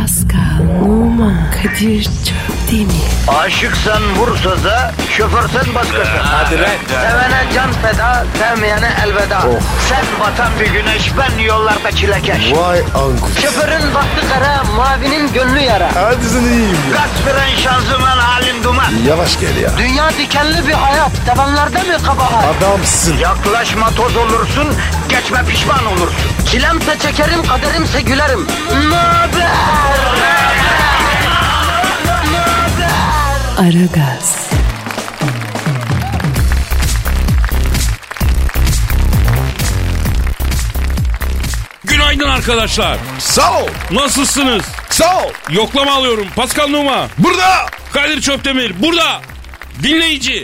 Pascal, Oman, Kadir çok değil mi? Aşıksan vursa da, şoförsen başkasın. Hadi lan. Sevene can feda, sevmeyene elveda. Sen batan bir güneş, ben yollarda çilekeş. Vay anku. Şoförün baktı kara, mavinin gönlü yara. Hadi sen iyiyim ya. Kasperen şanzıman halin duman. Yavaş gel ya. Dünya dikenli bir hayat, sevenlerde mi kabahar? Adamsın. Yaklaşma toz olursun, geçme pişman olursun. Çilemse çekerim, kaderimse gülerim. Möber! Aragaz. Günaydın arkadaşlar. Sağ ol. Nasılsınız? Sağ ol. Yoklama alıyorum. Pascal Numa. Burada. Kadir Çöptemir. Burada. Dinleyici.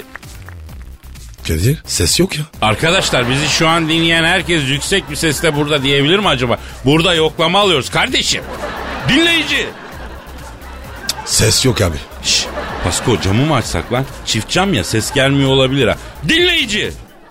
Kadir ses yok ya. Arkadaşlar bizi şu an dinleyen herkes yüksek bir sesle burada diyebilir mi acaba? Burada yoklama alıyoruz kardeşim. Dinleyici. Ses yok abi. Şşş. Pasko camı mı açsak lan? Çift cam ya, ses gelmiyor olabilir ha. Dinleyici.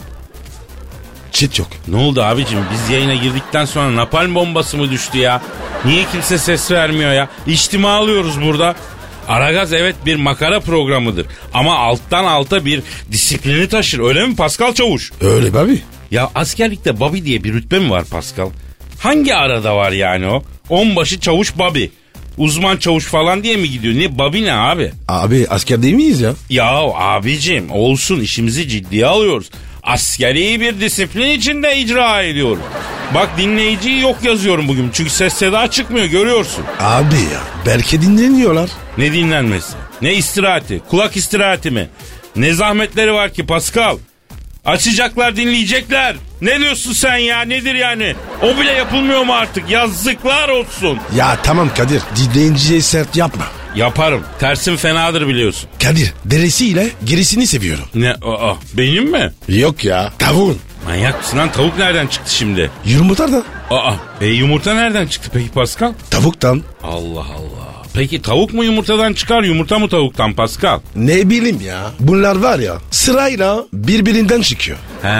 Çit yok. Ne oldu abicim? Biz yayına girdikten sonra napalm bombası mı düştü ya? Niye kimse ses vermiyor ya? İçtima alıyoruz burada. Aragaz evet bir makara programıdır. Ama alttan alta bir disiplini taşır. Öyle mi Pascal Çavuş? Öyle abi. Ya askerlikte Bobby diye bir rütbe mi var Pascal? Hangi arada var yani o? Onbaşı çavuş Bobby. Uzman çavuş falan diye mi gidiyor? Ne Bobby ne abi? Abi asker değil miyiz ya? Ya abicim olsun, işimizi ciddiye alıyoruz. Askeri bir disiplin içinde icra ediyorum. Bak dinleyiciyi yok yazıyorum bugün. Çünkü ses seda çıkmıyor, görüyorsun. Abi ya belki dinleniyorlar. Ne dinlenmesi? Ne istirahati? Kulak istirahati mi? Ne zahmetleri var ki Pascal? Açacaklar, dinleyecekler. Ne diyorsun sen ya? Nedir yani? O bile yapılmıyor mu artık? Yazıklar olsun. Ya tamam Kadir, dinleyiciye sert yapma. Yaparım. Tersim fenadır biliyorsun. Kadir, derisiyle gerisini seviyorum. Ne? Aa, benim mi? Yok ya, tavuğun. Manyak mısın lan? Tavuk nereden çıktı şimdi? Yumurta da. Yumurta nereden çıktı peki Pascal? Tavuktan. Allah Allah. Peki tavuk mu yumurtadan çıkar, yumurta mı tavuktan Pascal? Ne bileyim ya. Bunlar var ya sırayla birbirinden çıkıyor.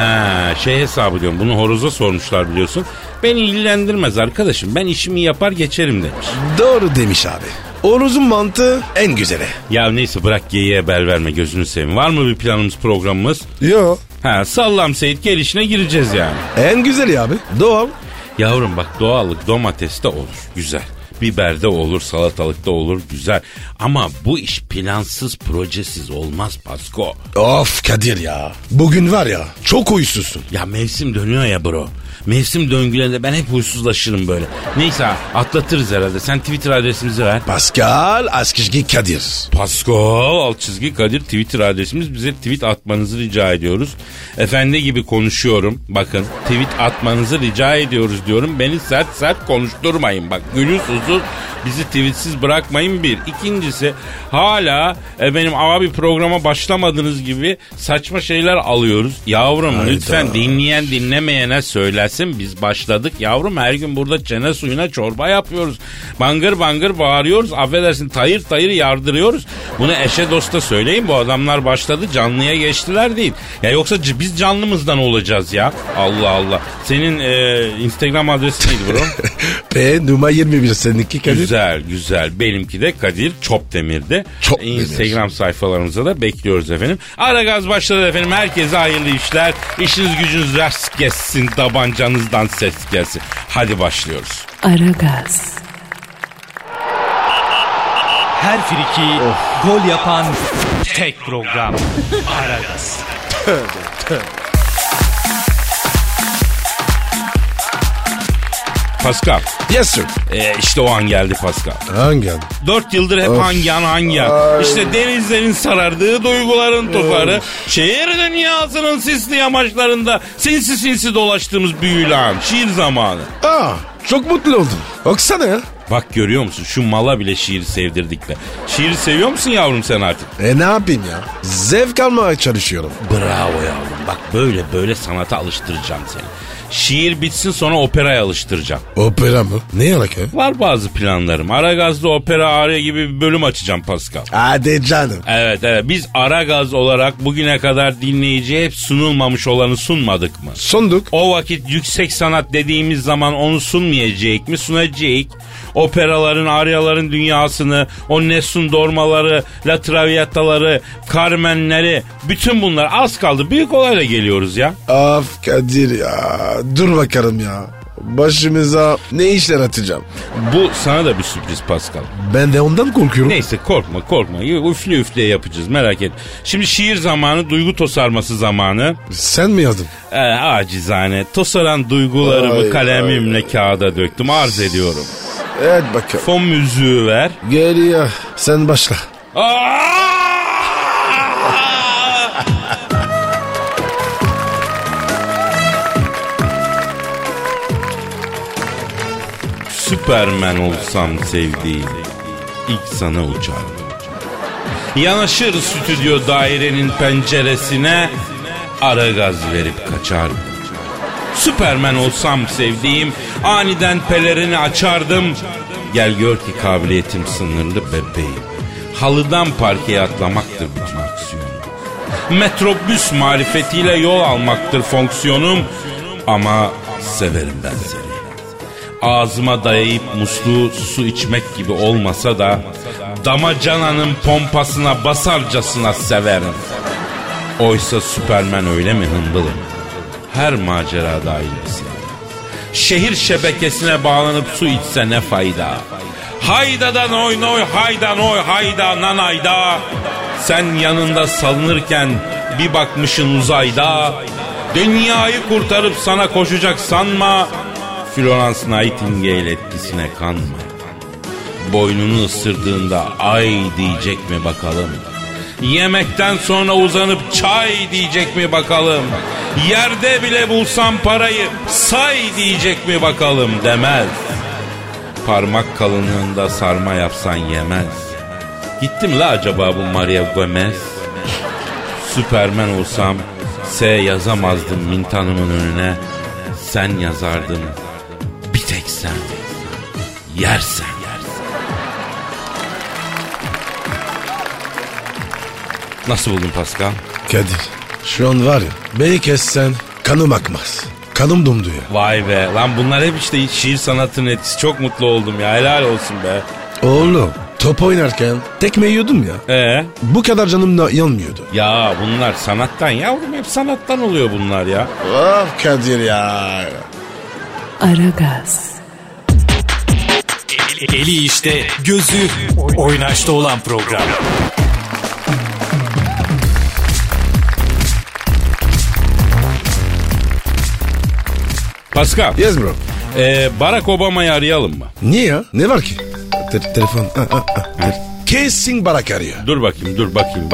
Hesabı diyorum. Bunu horoza sormuşlar biliyorsun. Beni ilgilendirmez arkadaşım. Ben işimi yapar geçerim demiş. Doğru demiş abi. Horozun mantığı en güzeli. Ya neyse bırak geyiğe bel verme, gözünü seveyim. Var mı bir planımız, programımız? Yok. Sallam Seyit gelişine gireceğiz yani. En güzeli abi. Doğal. Yavrum bak, doğallık domateste olur. Güzel. Biberde olur, salatalıkta olur, güzel. Ama bu iş plansız, projesiz olmaz Pasko. Of Kadir ya. Bugün var ya çok huysuzsun. Ya mevsim dönüyor ya bro. Mevsim döngülerinde ben hep huysuzlaşırım böyle. Neyse atlatırız herhalde. Sen Twitter adresimizi ver. Pascal _ Kadir. Pascal _Kadir Twitter adresimiz. Bize tweet atmanızı rica ediyoruz. Efendi gibi konuşuyorum. Bakın tweet atmanızı rica ediyoruz diyorum. Beni sert konuşturmayın. Bak gülü susuz bizi tweetsiz bırakmayın bir. İkincisi hala benim abi programa başlamadığınız gibi saçma şeyler alıyoruz. Yavrum hayda. Lütfen dinleyen dinlemeyene söylesin. Biz başladık yavrum, her gün burada çene suyuna çorba yapıyoruz. Bangır bangır bağırıyoruz. Affedersin tayır tayır yardırıyoruz. Bunu eşe dosta söyleyin, bu adamlar başladı, canlıya geçtiler değil. Ya yoksa biz canlımızdan olacağız ya. Allah Allah. Senin Instagram adresi neydi bro? P numara 21 seninki Kadir. Güzel. Benimki de Kadir Çopdemir'de. Instagram sayfalarımıza da bekliyoruz efendim. Aragaz başladı efendim. Herkese hayırlı işler. İşiniz gücünüz rast gelsin. Tabancanızdan ses gelsin. Hadi başlıyoruz. Aragaz. Her friki gol yapan tek program. Aragaz. Tövbe. Pascal. Yes sir. İşte o an geldi Pascal. Hangi an? 4 yıldır hep hangi an. İşte denizlerin sarardığı, duyguların tokarı. Şehir dünyasının sisli yamaçlarında sinsi dolaştığımız büyülü an. Şiir zamanı. Çok mutlu oldum. Oksana ya. Bak görüyor musun, şu mala bile şiiri sevdirdik be. Şiiri seviyor musun yavrum sen artık? Ne yapayım ya? Zevk almaya çalışıyorum. Bravo yavrum, bak böyle sanata alıştıracağım seni. Şiir bitsin sonra operaya alıştıracağım. Opera mı? Ne alaka? Var bazı planlarım. Aragaz'da opera arya gibi bir bölüm açacağım Pascal. Hadi canım. Evet. Biz Aragaz olarak bugüne kadar dinleyiciye hep sunulmamış olanı sunmadık mı? Sunduk. O vakit yüksek sanat dediğimiz zaman onu sunmayacak mı? Sunacak. operaların, aryaların dünyasını, o Nessun Dorma'ları, La Traviata'ları, Carmen'leri, bütün bunlar az kaldı. Büyük olayla geliyoruz ya. Af Kadir ya. Dur bakalım ya. Başımıza ne işler atacağım? Bu sana da bir sürpriz Pascal. Ben de ondan korkuyorum. Neyse korkma. Üfle üfle yapacağız, merak et. Şimdi şiir zamanı, duygu tosarması zamanı. Sen mi yazdın? Acizane tosaran duygularımı kalemimle kağıda döktüm, arz ediyorum. Evet bakalım. Fon müziği ver. Geliyor. Sen başla. Süpermen olsam sevdiğim, ilk sana uçardım. Yanaşır stüdyo dairenin penceresine, ara gaz verip kaçardım. Süpermen olsam sevdiğim, aniden pelerini açardım. Gel gör ki kabiliyetim sınırlı bebeğim. Halıdan parkeye atlamaktır bütün aksiyonum. Metrobüs marifetiyle yol almaktır fonksiyonum. Ama severim ben seni. Ağzıma dayayıp musluğu su içmek gibi olmasa da damacananın pompasına basarcasına severim. Oysa Süpermen öyle mi hımbılım? Her macerada ayrısı. Şehir şebekesine bağlanıp su içse ne fayda? Haydadan oynoy, haydan oy, hayda nanayda. Sen yanında salınırken bir bakmışın uzayda. Dünyayı kurtarıp sana koşacak sanma. Florence Nightingale etkisine kanma. Boynunu ısırdığında ay diyecek mi bakalım? Yemekten sonra uzanıp çay diyecek mi bakalım? Yerde bile bulsam parayı say diyecek mi bakalım? Demez. Parmak kalınlığında sarma yapsan yemez. Gitti mi la acaba bu Maria Gomez? Süpermen olsam S yazamazdım mintanımın önüne. Sen yazardın. Bir tek sen. Yersen. Nasıl buldun Pascal? Kadir şu an var ya beni kessen kanım akmaz. Kanım dondu ya. Vay be lan, bunlar hep işte şiir sanatının etkisi. Çok mutlu oldum ya, helal olsun be. Oğlum top oynarken tekme yiyordum ya. Bu kadar canım da yanmıyordu. Ya bunlar sanattan yavrum, hep sanattan oluyor bunlar ya. Of Kadir ya. Aragaz. Eli işte, gözü oynaşta olan program. Pascal. Yes bro. Barack Obama'yı arayalım mı? Niye ya? Ne var ki? Telefon. Kesin Barack arıyor. Dur bakayım.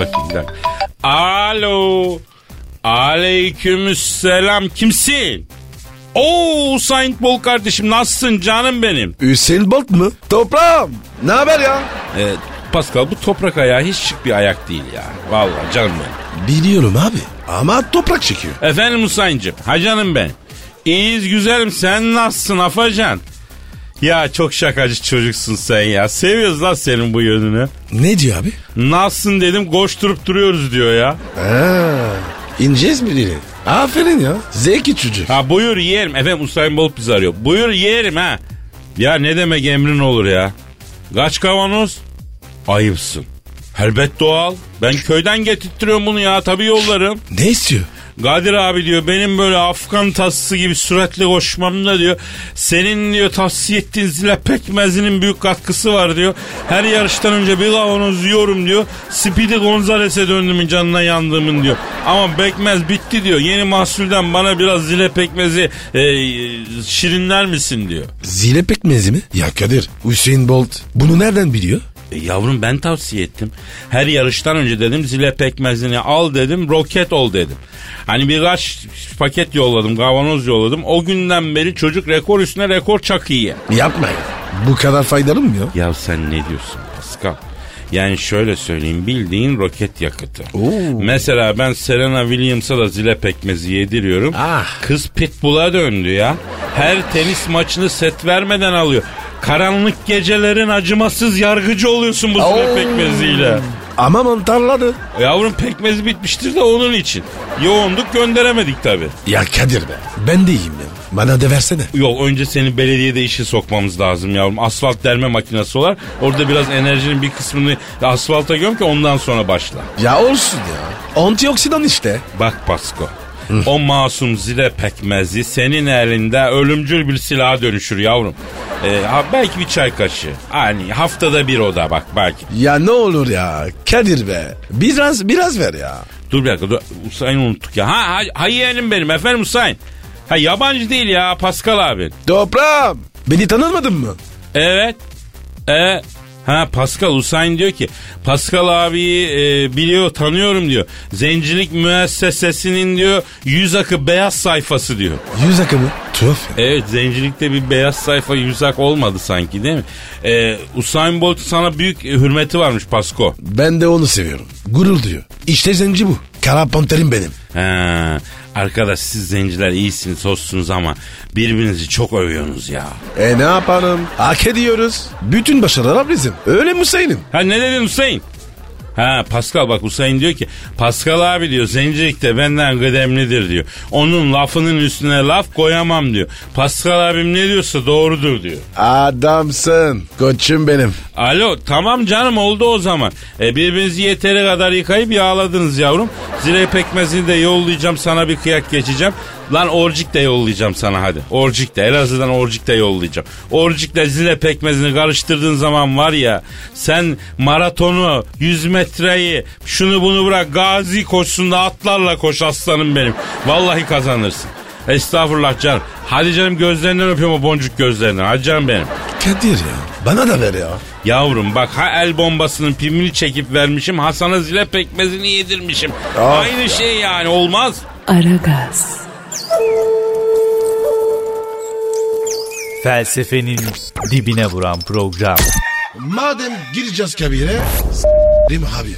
Alo. Aleykümselam. Kimsin? Oo, Saint Bol kardeşim, nasılsın canım benim? Hüseyin Bolt mu? Toprağım. Ne haber ya? Pascal, bu toprak ayağı hiç şık bir ayak değil ya. Vallahi canım benim. Biliyorum abi. Ama toprak çekiyor. Efendim Hüseyin'cim. Ha canım ben. İyiyiz güzelim, sen nasılsın afacan? Ya çok şakacı çocuksun sen ya. Seviyoruz lan senin bu yönünü. Ne diyor abi? Nasılsın dedim, koşturup duruyoruz diyor ya. İneceğiz mi dili? Aferin ya. Zeki çocuk. Ha buyur yeğenim. Efendim Usain Bolt bizi arıyor. Buyur yeğenim ha. Ya ne demek emrin olur ya. Kaç kavanoz? Ayıpsın. Elbet doğal. Ben köyden getirtiyorum bunu ya. Tabii yollarım. Ne istiyor? Kadir abi diyor, benim böyle Afgan tassı gibi süratli koşmamda diyor, senin diyor tavsiye ettiğin zile pekmezinin büyük katkısı var diyor. Her yarıştan önce bir kavanoz yiyorum diyor. Speedy Gonzales'e döndümün canına yandığımın diyor. Ama pekmez bitti diyor. Yeni mahsulden bana biraz zile pekmezi şirinler misin diyor. Zile pekmezi mi? Ya Kadir, Hüseyin Bolt bunu nereden biliyor? Yavrum ben tavsiye ettim. Her yarıştan önce dedim zile pekmezini al dedim, roket ol dedim. Hani birkaç paket yolladım, kavanoz yolladım. O günden beri çocuk rekor üstüne rekor çakıyor. Yapma ya. Bu kadar faydalı mı ya? Ya sen ne diyorsun Pascal? Yani şöyle söyleyeyim, bildiğin roket yakıtı. Mesela ben Serena Williams'a da zile pekmezi yediriyorum. Kız pitbull'a döndü ya. Her tenis maçını set vermeden alıyor. Karanlık gecelerin acımasız yargıcı oluyorsun bu zile pekmeziyle. Ama mantarladı. Yavrum pekmezi bitmiştir de onun için. Yoğunduk gönderemedik tabii. Ya Kadir be. Ben de iyiyim ya. Bana da versene. Yok önce seni belediyede işe sokmamız lazım yavrum. Asfalt derme makinesi var. Orada biraz enerjinin bir kısmını asfalta göm ki ondan sonra başla. Ya olsun ya. Antioksidan işte. Bak Pasko. O masum zile pekmezi senin elinde ölümcül bir silaha dönüşür yavrum. Belki bir çay kaşığı. Hani haftada bir o da bak belki. Ya ne olur ya. Kadir be. Biraz ver ya. Dur bir dakika dur. Hüseyin unuttuk ya. Ha yeğenim benim efendim Hüseyin. Ha yabancı değil ya Pascal abi. Toprağım. Beni tanımadın mı? Evet. Ha Pascal Hüseyin diyor ki Pascal abiyi biliyor tanıyorum diyor. Zencilik müessesesinin diyor yüz akı beyaz sayfası diyor. Yüz akı mı? Tuhaf ya. Evet zencilikte bir beyaz sayfa yüz ak olmadı sanki değil mi? Usain Bolt sana büyük hürmeti varmış Pasko. Ben de onu seviyorum. Gurur duyuyor. İşte zenci bu. Kara panterim benim. Arkadaş siz zenciler iyisiniz hoşsunuz ama birbirinizi çok övüyorsunuz ya. Ne yapalım? Hak ediyoruz. Bütün başarılar bizim. Öyle mi Hüseyin'im? Ha ne dedin Hüseyin? Ha Pascal bak Hüseyin diyor ki Pascal abi diyor zencilikte benden kıdemlidir diyor. Onun lafının üstüne laf koyamam diyor. Pascal abim ne diyorsa doğrudur diyor. Adamsın. Koçum benim. Alo tamam canım oldu o zaman. Birbirinizi yeteri kadar yıkayıp yağladınız yavrum. Zile pekmezini de yollayacağım sana bir kıyak geçeceğim. Lan orcik de yollayacağım sana hadi. Orcik de Elazığ'dan orcik de yollayacağım. Orcikle zile pekmezini karıştırdığın zaman var ya sen maratonu 100 metreyi şunu bunu bırak gazi koşusunda atlarla koş aslanım benim. Vallahi kazanırsın. Estağfurullah canım. Hadi canım gözlerinden öpüyorum o boncuk gözlerinden. Hadi canım benim. Kadir ya. Bana da ver ya. Yavrum bak ha el bombasının pimini çekip vermişim ha sana zile pekmezini yedirmişim. Aynı şey yani olmaz. Aragaz. Felsefenin dibine vuran program. Madem gireceğiz kabire, s***rim abi.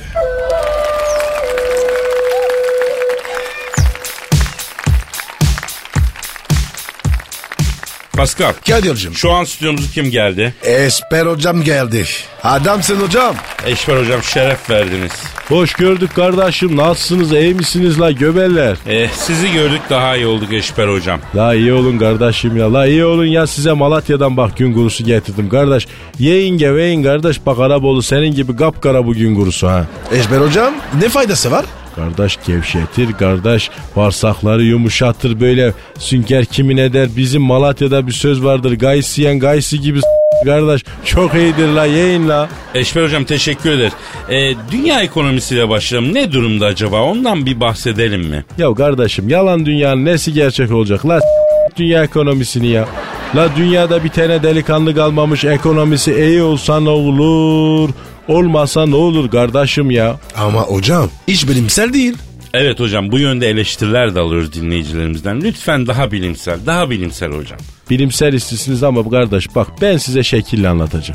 Pascal. Kadir'cim. Şu an stüdyomuza kim geldi? Esper hocam geldi. Adamsın hocam. Eşber hocam şeref verdiniz. Hoş gördük kardeşim. Nasılsınız? İyi misiniz la göbeller? Sizi gördük daha iyi olduk Eşber hocam. La iyi olun kardeşim ya. La iyi olun ya size Malatya'dan bak gün gurusu getirdim kardeş. Yiyin geveyin kardeş bak Araboğlu senin gibi kapkara bu gün gurusu ha. Esper hocam ne faydası var? Kardeş gevşetir kardeş bağırsakları yumuşatır böyle sünker kimin eder bizim Malatya'da bir söz vardır gaysi yiyen gaysi gibi kardeş çok iyidir la yiyin la. Eşber hocam teşekkür ederiz. Dünya ekonomisiyle başlayalım ne durumda acaba ondan bir bahsedelim mi? Ya kardeşim yalan dünyanın nesi gerçek olacak la dünya ekonomisini ya. La dünyada bir tane delikanlı kalmamış ekonomisi iyi olsa ne olur olmasa ne olur kardeşim ya. Ama hocam hiç bilimsel değil. Evet hocam bu yönde eleştiriler de alıyoruz dinleyicilerimizden. Lütfen daha bilimsel hocam. Bilimsel istisiniz ama kardeş bak ben size şekille anlatacağım.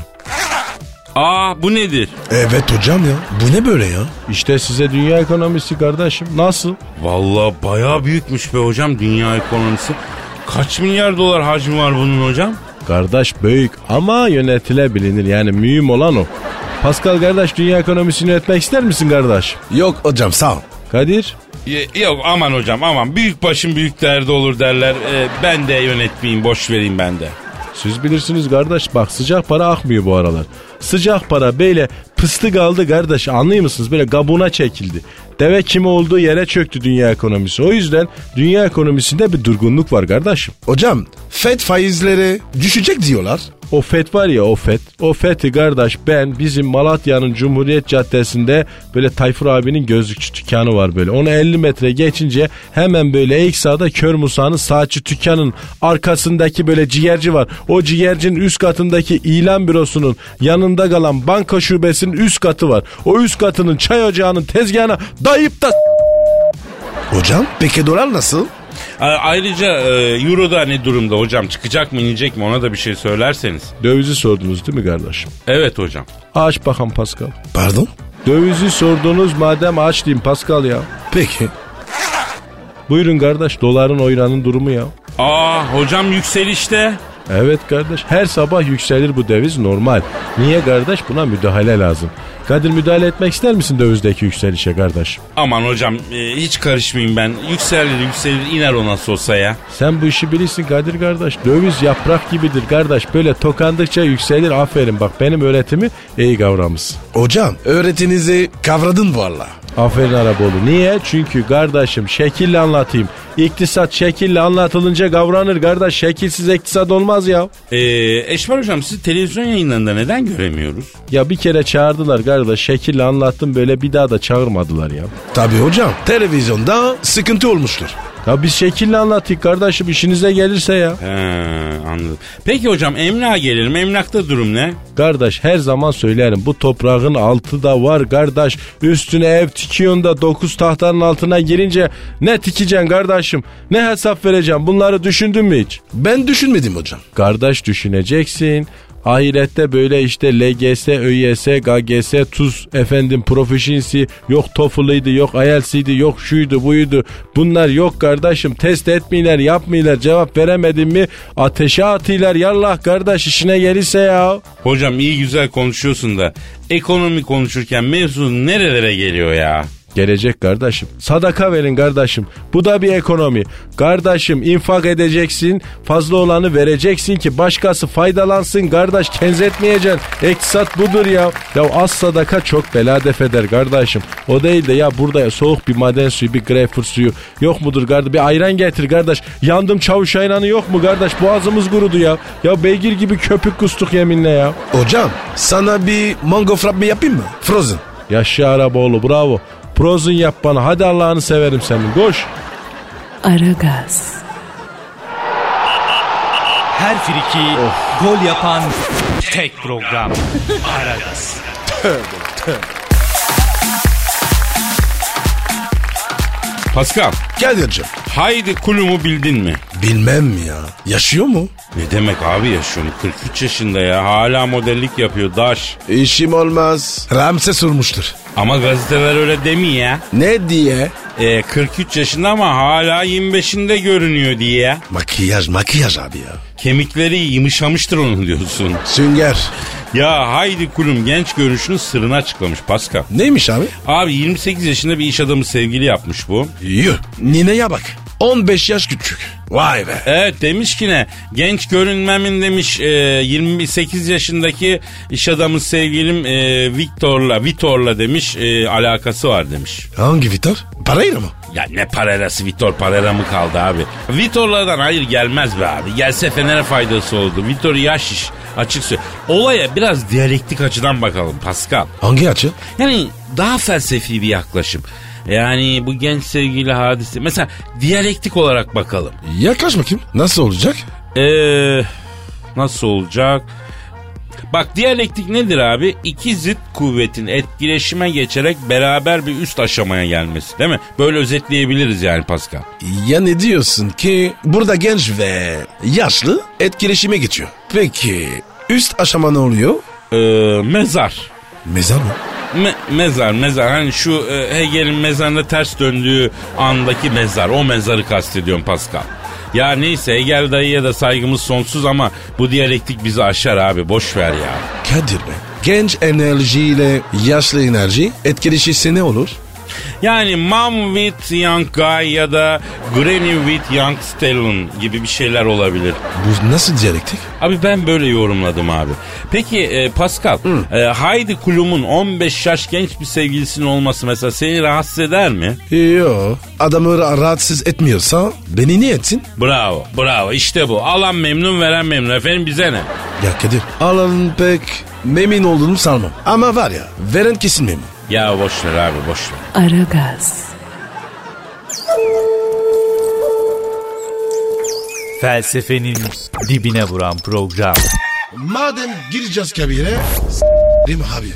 Bu nedir? Evet hocam ya bu ne böyle ya? İşte size dünya ekonomisi kardeşim nasıl? Vallahi bayağı büyükmüş be hocam dünya ekonomisi. Kaç milyar dolar hacmi var bunun hocam? Kardeş büyük ama yönetilebilir yani mühim olan o. Pascal kardeş dünya ekonomisini yönetmek ister misin kardeş? Yok hocam sağ ol. Kadir? Yok aman hocam aman büyük başım büyük derdi olur derler. Ben de yönetmeyeyim boş vereyim ben de. Siz bilirsiniz kardeş bak sıcak para akmıyor bu aralar. Sıcak para böyle pıstı kaldı kardeş anlıyor musunuz? Böyle kabuğuna çekildi. Deve kimi olduğu yere çöktü dünya ekonomisi. O yüzden dünya ekonomisinde bir durgunluk var kardeşim. Hocam FED faizleri düşecek diyorlar. O FED var ya o FED. O FED'i kardeş ben bizim Malatya'nın Cumhuriyet Caddesi'nde böyle Tayfur abinin gözlükçü dükkanı var böyle. Onu 50 metre geçince hemen böyle ilk sağda Kör Musa'nın saatçi dükkanın arkasındaki böyle ciğerci var. O ciğercinin üst katındaki ilan bürosunun yanında kalan banka şubesinin üst katı var. O üst katının çay ocağının tezgahına dayıp da... Hocam peki dolar nasıl? Ayrıca Euro'da ne durumda hocam? Çıkacak mı inecek mi? Ona da bir şey söylerseniz. Dövizi sordunuz değil mi kardeşim? Evet hocam. Aç bakalım Pascal. Pardon? Dövizi sordunuz madem aç diyeyim Pascal ya. Peki. Buyurun kardeş doların oyranın durumu ya. Hocam yükselişte. Evet kardeş, her sabah yükselir bu döviz, normal. Niye kardeş? Buna müdahale lazım. Kadir, müdahale etmek ister misin dövizdeki yükselişe kardeş? Aman hocam hiç karışmayayım ben. Yükselir iner o nasıl olsa ya. Sen bu işi bilirsin Kadir kardeş. Döviz yaprak gibidir kardeş. Böyle tokandıkça yükselir. Aferin, bak benim öğretimi iyi kavramışsın. Hocam öğretinizi kavradın valla. Aferin Araboğlu. Niye? Çünkü kardeşim şekille anlatayım. İktisat şekille anlatılınca kavranır kardeş. Şekilsiz iktisat olmaz ya. Eşmer hocam, sizi televizyon yayınlarında neden göremiyoruz? Ya bir kere çağırdılar kardeş. Şekille anlattım, böyle bir daha da çağırmadılar ya. Tabii hocam, televizyonda sıkıntı olmuştur. Ya biz şekille anlattık kardeşim, işinize gelirse ya. Anladım. Peki hocam, emlağa gelelim. Emlakta durum ne? Kardeş her zaman söylerim, bu toprağın altı da var kardeş. Üstüne ev tikiyorsun da 9 tahtanın altına girince ne tikeceksin kardeşim? Ne hesap vereceğim? Bunları düşündün mü hiç? Ben düşünmedim hocam. Kardeş düşüneceksin. Ahirette böyle işte LGS, ÖYS, KGS, TUS, Proficiency, yok TOEFL'ıydı, yok IELTS'iydi, yok şuydu buydu. Bunlar yok kardeşim, test etmiyorlar, yapmıyorlar, cevap veremedin mi ateşe atıyorlar. Yallah kardeş, işine gelirse ya. Hocam iyi güzel konuşuyorsun da ekonomi konuşurken mevzu nerelere geliyor ya? Gelecek kardeşim. Sadaka verin kardeşim. Bu da bir ekonomi. Kardeşim infak edeceksin. Fazla olanı vereceksin ki başkası faydalansın kardeş. Kenzetmeyeceksin. İktisat budur ya. Ya az sadaka çok bela def eder kardeşim. O değil de ya burada soğuk bir maden suyu, bir greyfurt suyu yok mudur kardeş? Bir ayran getir kardeş. Yandım çavuş ayranı yok mu kardeş? Boğazımız kurudu ya. Ya beygir gibi köpük kustuk yeminle ya. Hocam sana bir mango frappe yapayım mı? Frozen. Yaşa Araboğlu, bravo. Frozen yap bana. Hadi Allah'ını severim senin. Koş. Aragaz. Her friki gol yapan tek program. Aragaz. Pascal, Kadir'cim. Haydi Kulum'u bildin mi? Bilmem mi ya? Yaşıyor mu? Ne demek abi yaşıyor mu? 43 yaşında ya. Hala modellik yapıyor daş. İşim olmaz. Ramse sormuştur. Ama gazeteler öyle demiyor ya. Ne diye? 43 yaşında ama hala 25'inde görünüyor diye. Makyaj abi ya. Kemikleri yumuşamıştır onun diyorsun. Sünger. Ya Haydi Kulum genç görünüşünün sırrını açıklamış Pascal. Neymiş abi? Abi 28 yaşında bir iş adamı sevgili yapmış bu. Yuh. Nineye bak. 15 yaş küçük. Vay be. Evet, demiş ki ne? Genç görünmemin demiş 28 yaşındaki iş adamı sevgilim Vitor'la demiş alakası var demiş. Hangi Vitor? Parayla mı? Ya ne paralası, Vitor parayla mı kaldı abi? Vitor'lardan hayır gelmez be abi. Gelse Fener'e faydası oldu. Vitor yaş iş. Açık söyle. Olaya biraz diyalektik açıdan bakalım Pascal. Hangi açı? Yani daha felsefi bir yaklaşım. Yani bu genç sevgili hadise. Mesela diyalektik olarak bakalım. Yaklaş bakayım. Nasıl olacak? Nasıl olacak? Bak diyalektik nedir abi? İki zıt kuvvetin etkileşime geçerek beraber bir üst aşamaya gelmesi, değil mi? Böyle özetleyebiliriz yani Pascal. Ya ne diyorsun ki burada genç ve yaşlı etkileşime geçiyor. Peki üst aşama ne oluyor? Mezar. Mezar mı? Mezar. Hani şu Hegel'in mezarında ters döndüğü andaki mezar. O mezarı kastediyorum Pascal. Ya neyse, Hegel dayıya da saygımız sonsuz ama bu diyalektik bizi aşar abi. Boş ver ya. Kadir Bey, genç enerjiyle yaşlı enerji etkileşirse ne olur? Yani mom with young guy ya da granny with young stallion gibi bir şeyler olabilir. Bu nasıl diyalektik? Abi ben böyle yorumladım abi. Peki Pascal, Haydi Kulum'un 15 yaş genç bir sevgilisinin olması mesela seni rahatsız eder mi? Yok. Adamı rahatsız etmiyorsa beni niye etsin? Bravo işte bu. Alan memnun, veren memnun. Efendim bize ne? Ya Kadir, alanın pek memnun olduğunu sanmam. Ama var ya, veren kesin memnun. Ya boş ver abi, boş ver. Aragaz. Felsefenin dibine vuran program. Madem gireceğiz kabire, değil mi abi?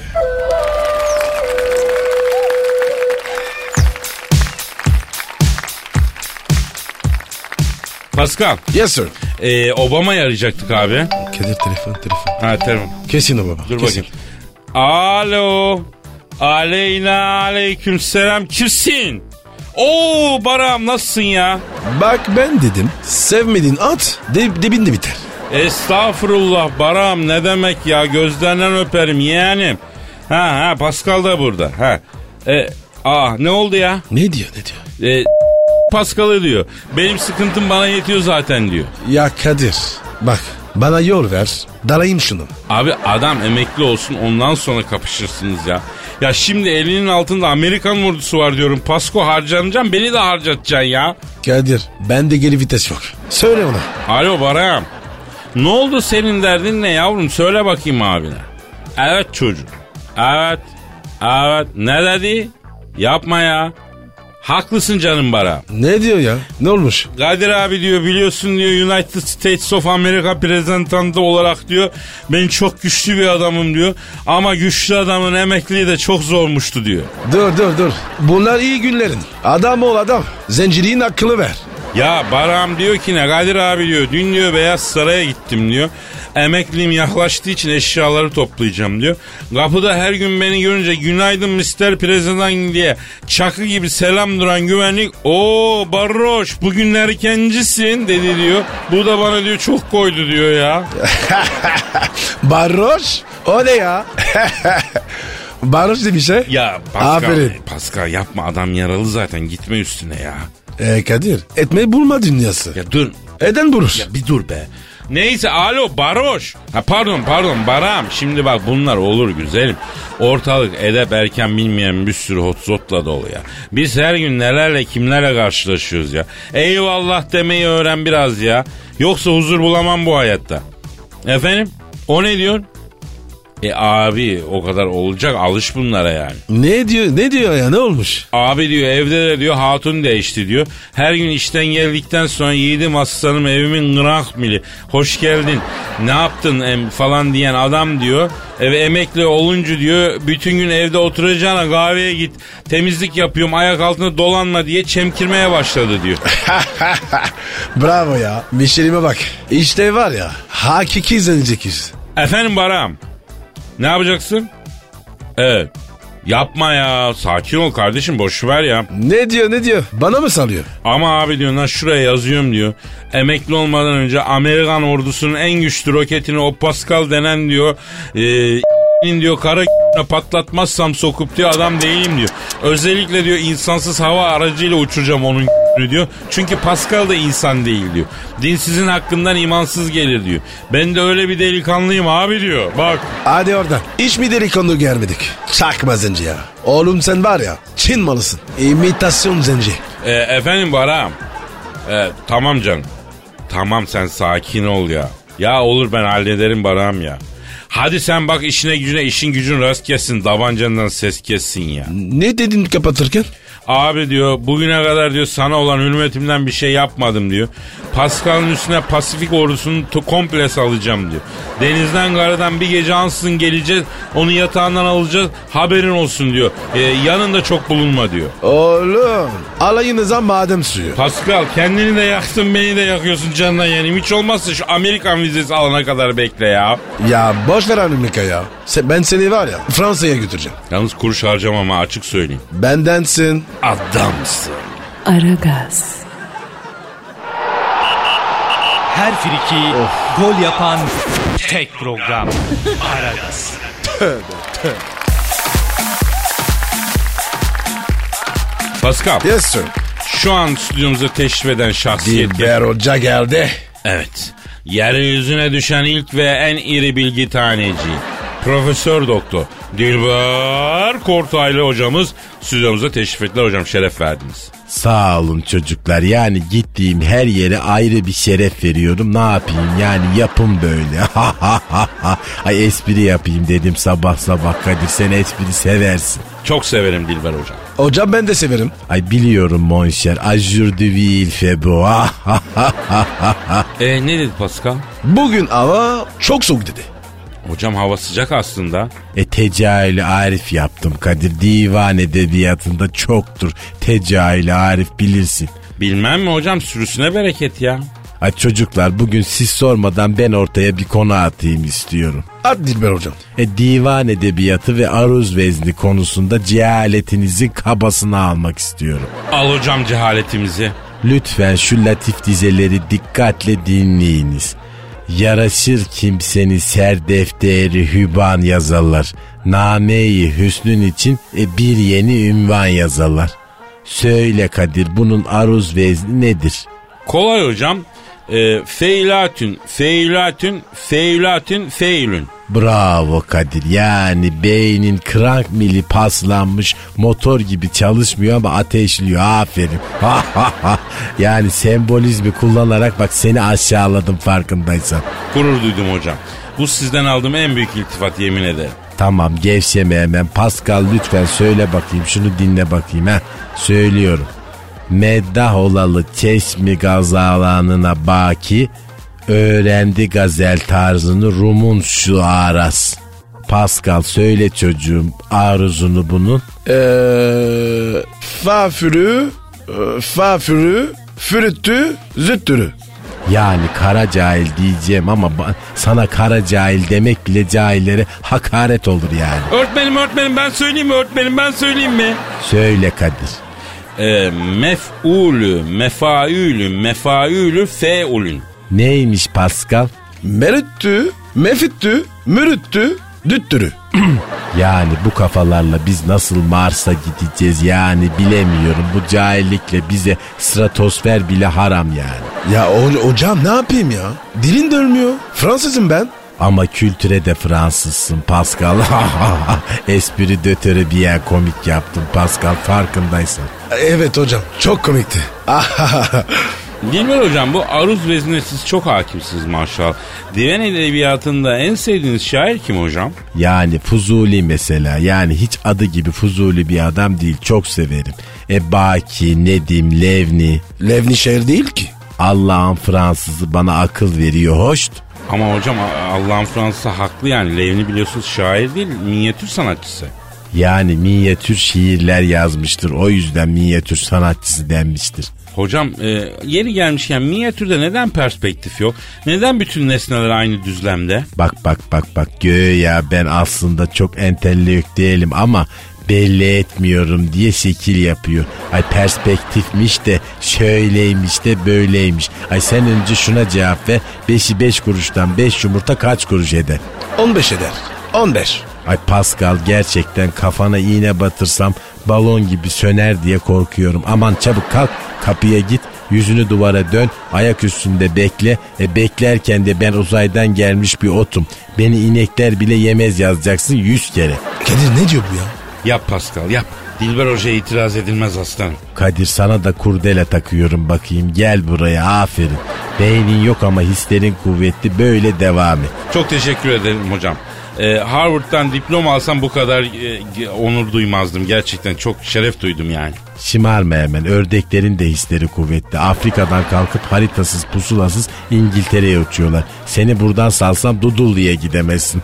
Pascal. Yes sir. Obama'yı arayacaktık abi. Kadir telefon. Ha telefon. Kesin o baba. Dur kesin. bakayım. Alo. Aleyna aleyküm selam. Kimsin? Oo Baram, nasılsın ya? Bak ben dedim, sevmediğin at dibinde biter. Estağfurullah Baram, ne demek ya, gözlerinden öperim yeğenim. Ha Pascal da burada. Ne oldu ya? Ne diyor? Pascal'ı diyor. Benim sıkıntım bana yetiyor zaten diyor. Ya Kadir bak bana yol ver dalayım şunu. Abi adam emekli olsun, ondan sonra kapışırsınız ya. Ya şimdi elinin altında Amerikan ordusu var diyorum. Pasko harcanacağım, beni de harcatacaksın ya. Kadir bende geri vites yok. Söyle ona. Alo Baram. Ne oldu, senin derdin ne yavrum? Söyle bakayım abine. Evet çocuk. Evet. Ne dedi? Yapma ya. Haklısın canım Baram. Ne diyor ya? Ne olmuş? Kadir abi diyor, biliyorsun diyor, United States of America reprezentantı olarak diyor, ben çok güçlü bir adamım diyor. Ama güçlü adamın emekliliği de çok zormuştu diyor. Dur. Bunlar iyi günlerin. Adam ol adam. Zenciliğin hakkını ver. Ya Baram diyor ki ne Kadir abi diyor, dün diyor Beyaz Saray'a gittim diyor. Emekliliğim yaklaştığı için eşyaları toplayacağım diyor. Kapıda her gün beni görünce günaydın Mr. President diye çakı gibi selam duran güvenlik, o Barroş bugün erkencisin dedi diyor. Bu da bana diyor çok koydu diyor ya. Barroş? O ne ya? Barroş demiş he? Ya Pascal yapma, adam yaralı zaten, gitme üstüne ya. Kadir etmeyi bulma dünyası. Ya dur. Eden bulur. Ya bir dur be. Neyse alo Baroş. Pardon Baram. Şimdi bak bunlar olur güzelim. Ortalık edep erken bilmeyen bir sürü hotzotla dolu ya. Biz her gün nelerle kimlerle karşılaşıyoruz ya. Eyvallah demeyi öğren biraz ya. Yoksa huzur bulamam bu hayatta. Efendim? O ne diyor? Abi o kadar olacak, alış bunlara yani. Ne diyor ya, ne olmuş? Abi diyor evde de diyor hatun değişti diyor. Her gün işten geldikten sonra yiğidim aslanım evimin gırak mili. Hoş geldin, ne yaptın falan diyen adam diyor. Eve emekli olunca diyor bütün gün evde oturacağına kahveye git. Temizlik yapıyorum, ayak altında dolanma diye çemkirmeye başladı diyor. Bravo ya. Mişelime bak. İşte var ya hakiki zencikiz. Efendim Baram. Ne yapacaksın? Evet. Yapma ya. Sakin ol kardeşim, boşver ya. Ne diyor? Bana mı salıyor? Ama abi diyor, şuraya yazıyorum diyor. Emekli olmadan önce Amerikan ordusunun en güçlü roketini o Pascal denen diyor. Diyor kara patlatmazsam sokup diyor adam değilim diyor. Özellikle diyor insansız hava aracıyla uçuracağım onun diyor. Çünkü Pascal da insan değil diyor. Dinsizin hakkından imansız gelir diyor. Ben de öyle bir delikanlıyım abi diyor. Bak. Hadi oradan. Hiç mi delikanlı görmedik? Çakma zenci ya. Oğlum sen var ya Çin malısın. İmitasyon zenci. Efendim Baram. Tamam canım. Tamam sen sakin ol ya. Ya olur ben hallederim Baram ya. Hadi sen bak işine gücüne, işin gücün rast kessin, tabancandan ses kessin ya. Ne dedin kapatırken? Abi diyor bugüne kadar diyor sana olan hürmetimden bir şey yapmadım diyor. Pascal'ın üstüne Pasifik ordusunu komple salacağım diyor. Denizden karadan bir gece ansızın geleceğiz, onu yatağından alacağız, haberin olsun diyor. Yanında çok bulunma diyor. Oğlum alayınıza madem suyu. Pascal kendini de yaktın, beni de yakıyorsun canına yenim. Hiç olmazsa şu Amerikan vizesi alana kadar bekle ya. Ya boş ver Amerika ya. Ben seni var ya Fransa'ya götüreceğim. Yalnız kuruş harcamam ha, açık söyleyeyim. Bendensin. Adamsın. Aragaz. Her friki gol yapan tek program. Aragaz. Pascal. Yes sir. Şu an stüdyomuza teşrif eden şahsiyet. Dilber Hoca geldi. Evet. Yeryüzüne düşen ilk ve en iri bilgi taneci. Profesör Doktor Dilber Kortaylı hocamız stüdyomuza teşrif ettiler. Hocam şeref verdiniz. Sağ olun çocuklar, yani gittiğim her yere ayrı bir şeref veriyorum, ne yapayım yani, yapım böyle. Ay espri yapayım dedim sabah Kadir, sen espri seversin. Çok severim Dilber hocam. Hocam ben de severim. Ay biliyorum monşer, ajur de vil febo. Ne dedi Pascal? Bugün hava çok soğuk dedi. Hocam hava sıcak aslında. Tecaili Arif yaptım Kadir, divan edebiyatında çoktur tecaili Arif, bilirsin. Bilmem mi hocam, sürüsüne bereket ya. Ay çocuklar, bugün siz sormadan ben ortaya bir konu atayım istiyorum. At Dilber hocam. Divan edebiyatı ve aruz vezni konusunda cehaletinizin kabasını almak istiyorum. Al hocam cehaletimizi. Lütfen şu latif dizeleri dikkatle dinleyiniz. Yaraşır kimseni ser defteri hüban yazarlar. Name-i hüsnün için bir yeni ünvan yazarlar. Söyle Kadir, bunun aruz vezni nedir? Kolay hocam. Feylatün, feylatün, feylatün, feylün. Bravo Kadir, yani beynin krank mili paslanmış, motor gibi çalışmıyor ama ateşliyor, aferin. Yani sembolizmi kullanarak bak seni aşağıladım farkındaysan. Gurur duydum hocam. Bu sizden aldığım en büyük iltifat, yemin ederim. Tamam, gevşeme hemen. Pascal lütfen söyle bakayım, şunu dinle bakayım. Söylüyorum. Meddah olalı çeşmi gazalanına baki, öğrendi gazel tarzını Rumun şu aras. Pascal söyle çocuğum aruzunu bunun. Fafürü, fürüttü, züttürü. Yani kara cahil diyeceğim ama sana kara cahil demek bile cahillere hakaret olur yani. Öğretmenim ben söyleyeyim mi? Öğretmenim ben söyleyeyim mi? Söyle Kadir. Mef'ulü, mefaülü, fe'ulün. Neymiş Pascal? Merüttü, mefittü, mürüttü, düttürü. Yani bu kafalarla biz nasıl Mars'a gideceğiz yani bilemiyorum. Bu cahillikle bize stratosfer bile haram yani. Ya hocam ne yapayım ya? Dilin dönmüyor. Fransızım ben. Ama kültüre de Fransızsın Pascal. Espri dötörü bir yer komik yaptım Pascal, farkındaysan. Evet hocam, çok komikti. Dilber hocam, bu aruz veznine siz çok hakimsiniz maşallah. Divan edebiyatında en sevdiğiniz şair kim hocam? Yani Fuzuli mesela. Yani hiç adı gibi Fuzuli bir adam değil. Çok severim. Baki, Nedim, Levni. Levni şair değil ki. Allah'ın Fransızı bana akıl veriyor. Hoşt. Ama hocam Allah'ın Fransızı haklı yani. Levni biliyorsunuz şair değil, minyatür sanatçısı. Yani minyatür şiirler yazmıştır. O yüzden minyatür sanatçısı denmiştir. Hocam yeri gelmişken minyatürde neden perspektif yok? Neden bütün nesneler aynı düzlemde? Bak ya ben aslında çok entelektüelim ama belli etmiyorum diye şekil yapıyor. Ay perspektifmiş de şöyleymiş de böyleymiş. Ay sen önce şuna cevap ver. 5'i 5 kuruştan 5 yumurta kaç kuruş eder? 15 eder. 15. Ay Pascal, gerçekten kafana iğne batırsam balon gibi söner diye korkuyorum. Aman çabuk kalk, kapıya git, yüzünü duvara dön, ayak üstünde bekle. Beklerken de ben uzaydan gelmiş bir otum, beni inekler bile yemez yazacaksın 100 kere. Kadir ne diyor bu ya? Yap Pascal yap. Dilber Hoca'ya itiraz edilmez aslanım. Kadir sana da kurdele takıyorum bakayım, gel buraya, aferin. Beynin yok ama hislerin kuvvetli, böyle devam et. Çok teşekkür ederim hocam. Harvard'dan diploma alsam bu kadar onur duymazdım. Gerçekten çok şeref duydum yani. Şımarma hemen, ördeklerin de hisleri kuvvetli. Afrika'dan kalkıp haritasız pusulasız İngiltere'ye uçuyorlar. Seni buradan salsam Dudullu'ya gidemezsin.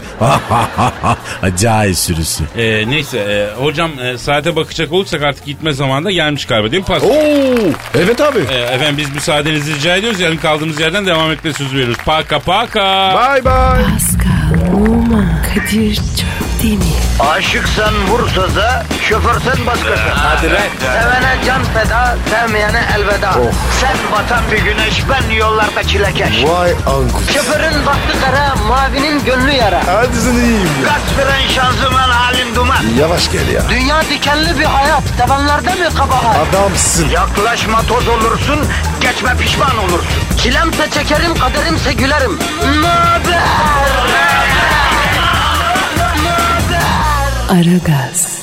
Cahil sürüsü. Neyse hocam, saate bakacak olursak artık gitme zamanı da gelmiş galiba değil mi Pascal? Oo, evet abi. Efendim biz müsaadenizi rica ediyoruz. Yarın kaldığımız yerden devam etme sözü veriyoruz. Paka. Bye. Pascal, Oman, Kadir çok değil mi? Aşıksan vursa da, şoförsen başkasın. Hadi lan. Sevene can feda, sevmeyene elveda. Sen batan bir güneş, ben yollarda çilekeş. Vay anku. Şoförün baktı kara, mavinin gönlü yara. Hadi sen iyiyim ya. Kasperen şanzıman halin duman. Yavaş gel ya. Dünya dikenli bir hayat, sevenlerde mi kabahar? Adamsın. Yaklaşma toz olursun, geçme pişman olursun. Çilemse çekerim, kaderimse gülerim. Möber! Aragaz.